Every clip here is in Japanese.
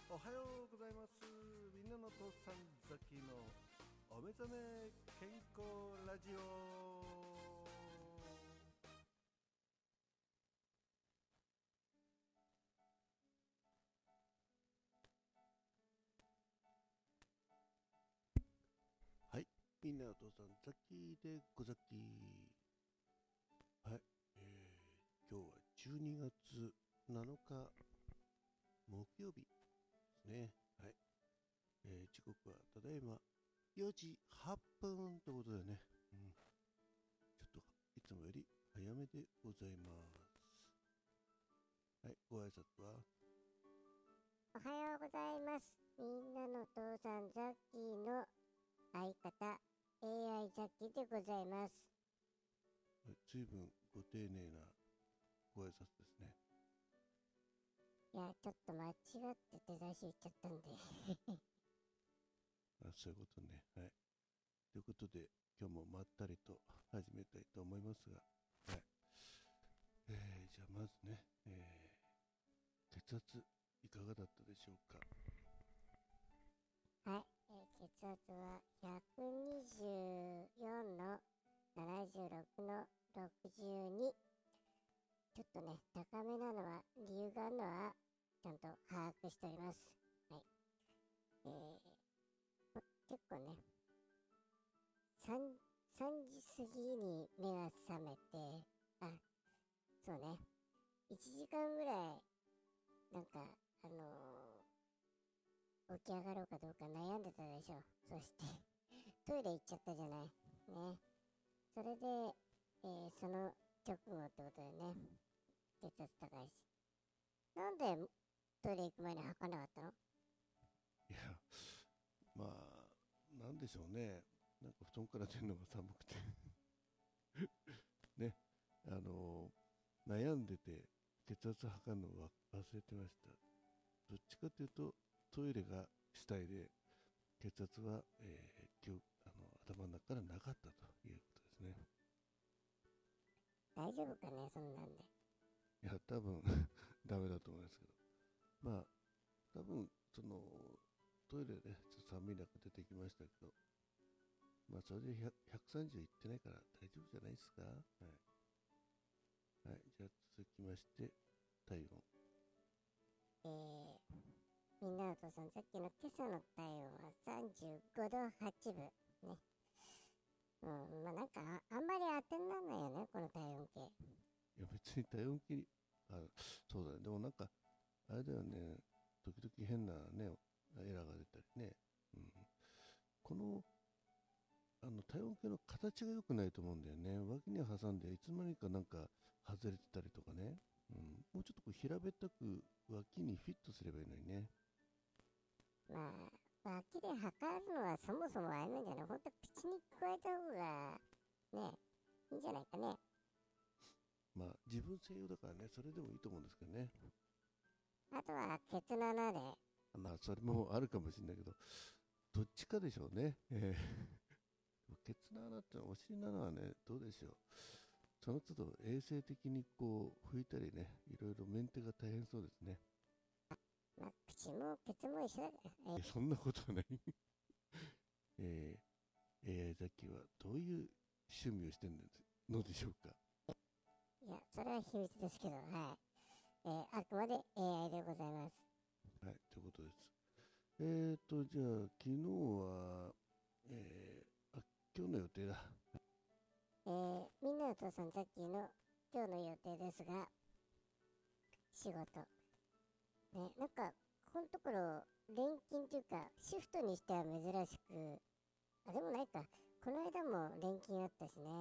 おはようございます。みんなの父さんザキのお目覚め健康ラジオ。はい、みんなの父さんザキでござき。はい、今日は12月7日木曜日ですね。はい、時刻はただいま4時8分ということでね、ちょっといつもより早めでございます。はい、ご挨拶はおはようございます。みんなの父さんザッキーの相方 AI ザッキーでございます。 随分ご丁寧なご挨拶ですね。 いや、ちょっと間違って出だし言っちゃったんでそういうことね。はい。ということで、今日もまったりと始めたいと思いますが、はい。じゃあまずね、血圧いかがだったでしょうか。 はい、血圧は124の76の62。ちょっとね、高めなのは理由があるのはちゃんと把握しております。はい。結構ね、3時過ぎに目が覚めて、そうね、1時間ぐらい、なんか、起き上がろうかどうか悩んでたでしょ。そしてトイレ行っちゃったじゃない。ね。それで、その直後ってことでね、血圧高いし。なんでトイレ行く前に測らなかったの？ いや、まあ、なんでしょうね。なんか布団から出るのが寒くてね、悩んでて血圧測るのを忘れてました。どっちかというとトイレが主体で、血圧は、頭の中からなかったということですね。 大丈夫かね、そんなんで。 いや、多分ダメだと思いますけど、まあ、多分そのトイレで、ちょっと寒い中出てきましたけど、まあ、それで130いってないから大丈夫じゃないですか。はい。はい、じゃあ続きまして、体温。 みんなの父さん、さっきの今朝の体温は35度8分。ね。まあなんかあんまり当てにならないよね、この体温計。 いや、別に体温計に、そうだね。でもなんか、あれだよね、時々変なね、エラーが出たりね。うん。この体温計の形が良くないと思うんだよね。脇に挟んでいつの間にかなんか外れてたりとかね。もうちょっとこう平べったく脇にフィットすればいいのにね。 まあ、脇で測るのはそもそもあれなんじゃない？ほんと口に加えた方が、ね、いいんじゃないかね。 まあ自分専用だからね、それでもいいと思うんですけどね。 あとは、ケツの穴で、 まあそれもあるかもしれないけど、どっちかでしょうね。ケツの穴ってのは、お尻の穴はね、どうでしょう。その都度衛生的にこう拭いたりね、いろいろメンテが大変そうですね。 まあ、口もケツも一緒だから。 そんなことはないえ AI ザッキーはどういう趣味をしてるのでしょうか。 いや、それは秘密ですけど、はい。あくまで AI でございます。 はい、ということです。じゃあ、昨日は、今日の予定だ。 みんなの父さん、さっきの今日の予定ですが、仕事。ね、なんか、ここのところ、連勤というか、シフトにしては珍しく、でもないか。この間も連勤あったしね。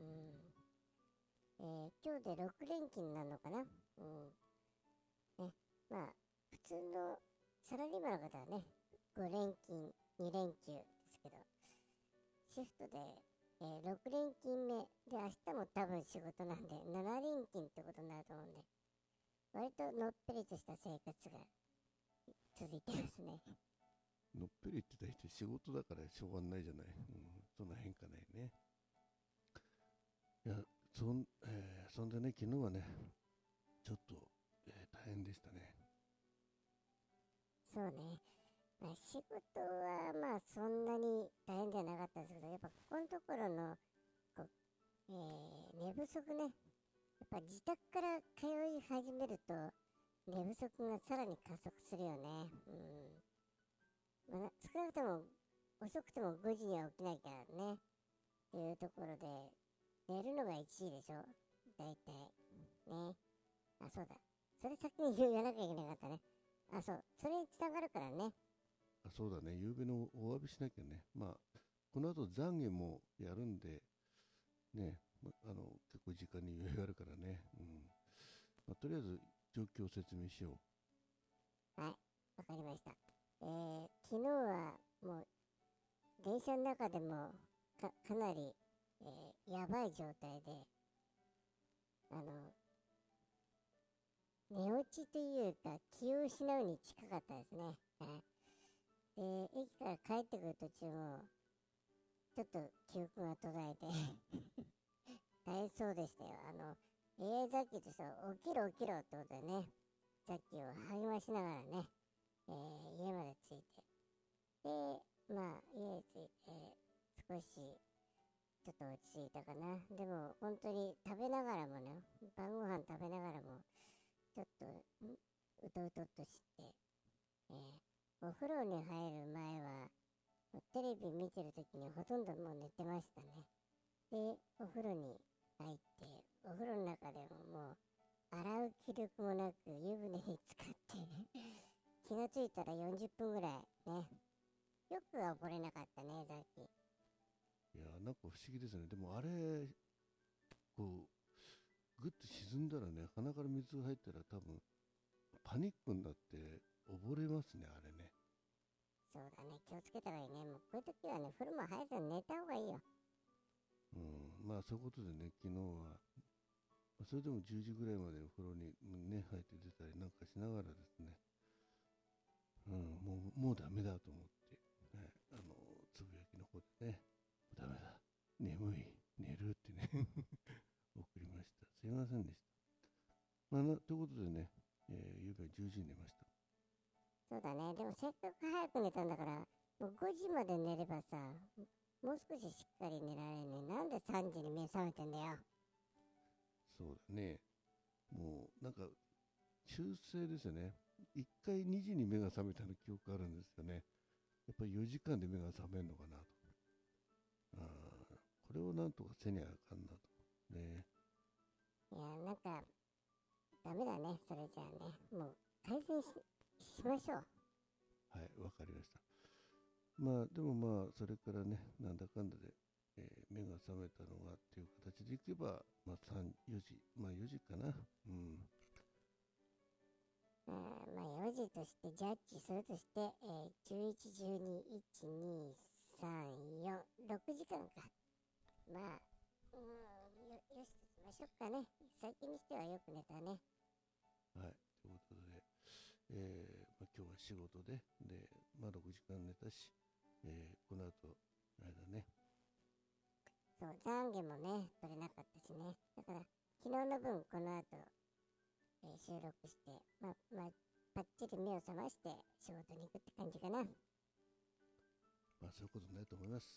今日で6連勤になるのかな。ね。まあ、普通のサラリーマンの方はね、5連勤、2連休ですけど、シフトで、6連勤目で、明日も多分仕事なんで、7連勤ってことになると思うんで、割とのっぺりとした生活が続いてますね。 のっぺりって大体仕事だからしょうがないじゃない。そんな変化ないね。いや、そんでね、昨日はね、ちょっと、大変でしたね。 そうね。まあ、仕事はまあそんなに大変じゃなかったですけど、やっぱここのところのこう、寝不足ね。やっぱ自宅から通い始めると寝不足がさらに加速するよね。まあ、少なくとも遅くとも5時には起きなきゃねっていうところで、寝るのが1時でしょ大体ね。あ、そうだ、それ先に言わなきゃいけなかったね。あ、そう、それにつながるからね。 あ、そうだね。夕べのお詫びしなきゃね。まあ、この後懺悔もやるんで、ね、結構時間に余裕あるからね。まあ、とりあえず状況を説明しよはい、わかりました。昨日はもう電車の中でもかなり、やばい状態で、あの寝落ちというか気を失うに近かったですね。はい。で、駅から帰ってくる途中もちょっと記憶が途絶えて大変そうでしたよ。AI ザッキーとしては起きろ起きろってことでね、ザッキーを励ましながらね、家まで着いて、で、まあ家に着いて少しちょっと落ち着いたかな。でも本当に食べながらもね、晩ご飯食べながらもちょっとうとうとっとして、お風呂に入る前はテレビ見てる時にほとんどもう寝てましたね。で、お風呂に入って、お風呂の中でももう洗う気力もなく湯船に浸かって気がついたら40分ぐらいね。よくは溺れなかったね、さっき。 う。いや、なんか不思議ですね。でもあれ、こぐっと沈んだらね、鼻から水が入ったら多分パニックになって溺れますね、あれね。 そうだね、気をつけた方がいいね。もうこういう時はね、風呂も入らずに寝た方がいいよ。 まあそういうことでね、昨日は、それでも10時ぐらいまでお風呂にね、入って出たりなんかしながらですね、もうダメだと思って、ね、つぶやきの方でね、ダメだ、眠い、寝るってね送りました。すいませんでした。ということでね、夕べ10時に寝ました。 そうだね、でもせっかく早く寝たんだから、もう5時まで寝ればさ、もう少ししっかり寝られるね。なんで3時に目覚めてんだよ。 そうだね。もうなんか修正ですよね。一回2時に目が覚めたの記憶あるんですよね。やっぱり4時間で目が覚めるのかなと。これをなんとかせにゃあかんなと。ね。 いや、なんか、ダメだね、それじゃあね。もう、改善しましょう。 はい、わかりました。まあ、でもまあ、それからね、なんだかんだで、目が覚めたのがっていう形でいけば、まあ、3、4時、まあ4時かな。 まあ、4時としてジャッジするとして、11、12、1、2、3、4、6時間か。まあ、よしとしましょうかね。最近にしてはよく寝たね。 はい、ということで、まあ、今日は仕事で、まあ6時間寝たし、この後、あれだね。 そう、懺悔もね、取れなかったしね。だから、昨日の分、この後、収録して、パッチリ目を覚まして仕事に行くって感じかな。 まあそういうことになると思います。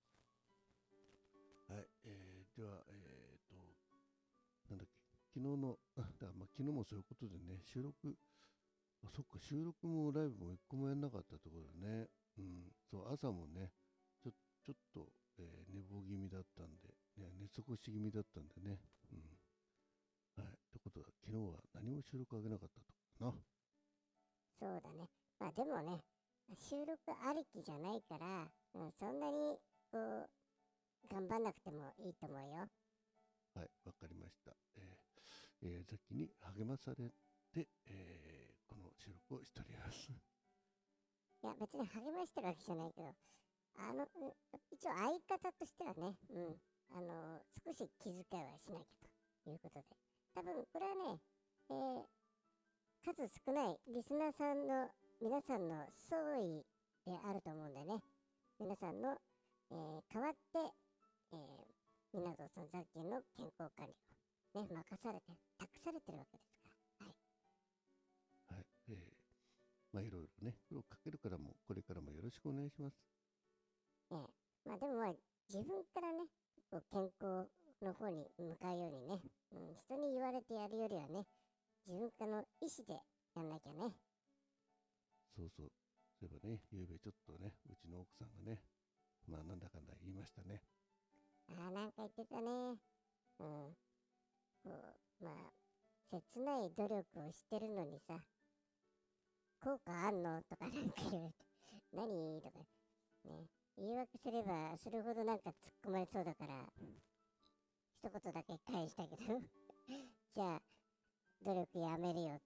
はい、では、なんだっけ、昨日の、まあ、昨日もそういうことでね、そっか、収録もライブも一個もやんなかったってことだね。そう、朝もね、ちょっと、寝坊気味だったんで、寝過ごし気味だったんでね。はい、ってことは、昨日は何も収録あげなかったとかな。 そうだね。まあでもね、収録ありきじゃないから、そんなにこう頑張んなくてもいいと思うよ。 はい、わかりました。ザキに励まされて、この収録をしております。 いや、別に励ましてるわけじゃないけど、一応相方としてはね、少し気遣いはしなきゃということで。多分これはね、数少ないリスナーさんの皆さんの総意であると思うんでね。皆さんの、代わって、湊さんザッキーの健康管理をね、任されて、託されてるわけですから。はい。 はい、まあいろいろね、 しくお願いします。 ええ、まあでもまあ自分からね、こう健康の方に向かうようにね、人に言われてやるよりはね、自分からの意思でやんなきゃね。 そうそう。そういえばね、ゆうべちょっとね、うちの奥さんがね、まあなんだかんだ言いましたね。 ああ、なんか言ってたね。こう、まあ、切ない努力をしてるのにさ、効果あんのとかなんか言われて、何とか、ね、言い訳すればするほどなんか突っ込まれそうだから、一言だけ返したけど、じゃあ、努力やめるよ。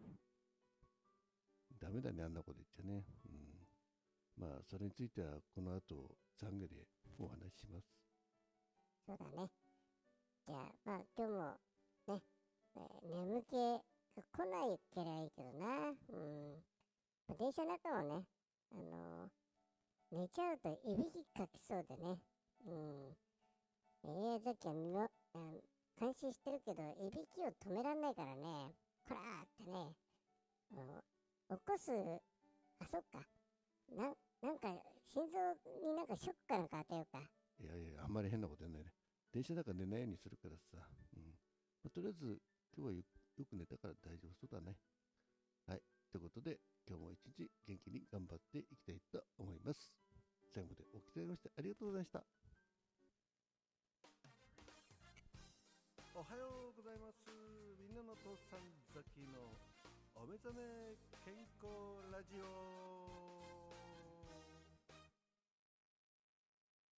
ダメだね、あんなこと言っちゃね。まあ、それについてはこの後、懺悔でお話しします。 そうだね。じゃあ、まあ今日もね、眠気が来ないけりゃいいけどな。電車の中もね、寝ちゃうといびきかきそうでね。さっきは監視してるけど、いびきを止めらんないからね、こらーってね、起こす、あ、そっか。なんか、心臓になんかショックかなんか与えようか。 いやいや、あんまり変なことやんないね。電車だから寝ないようにするからさ。とりあえず、今日はよく寝たから大丈夫そうだね。はい。ということで、今日も一日元気に頑張っていきたいと思います。最後までお聞きいただきましてありがとうございました。おはようございます。みんなの父さんザキのお目覚め健康ラジオ。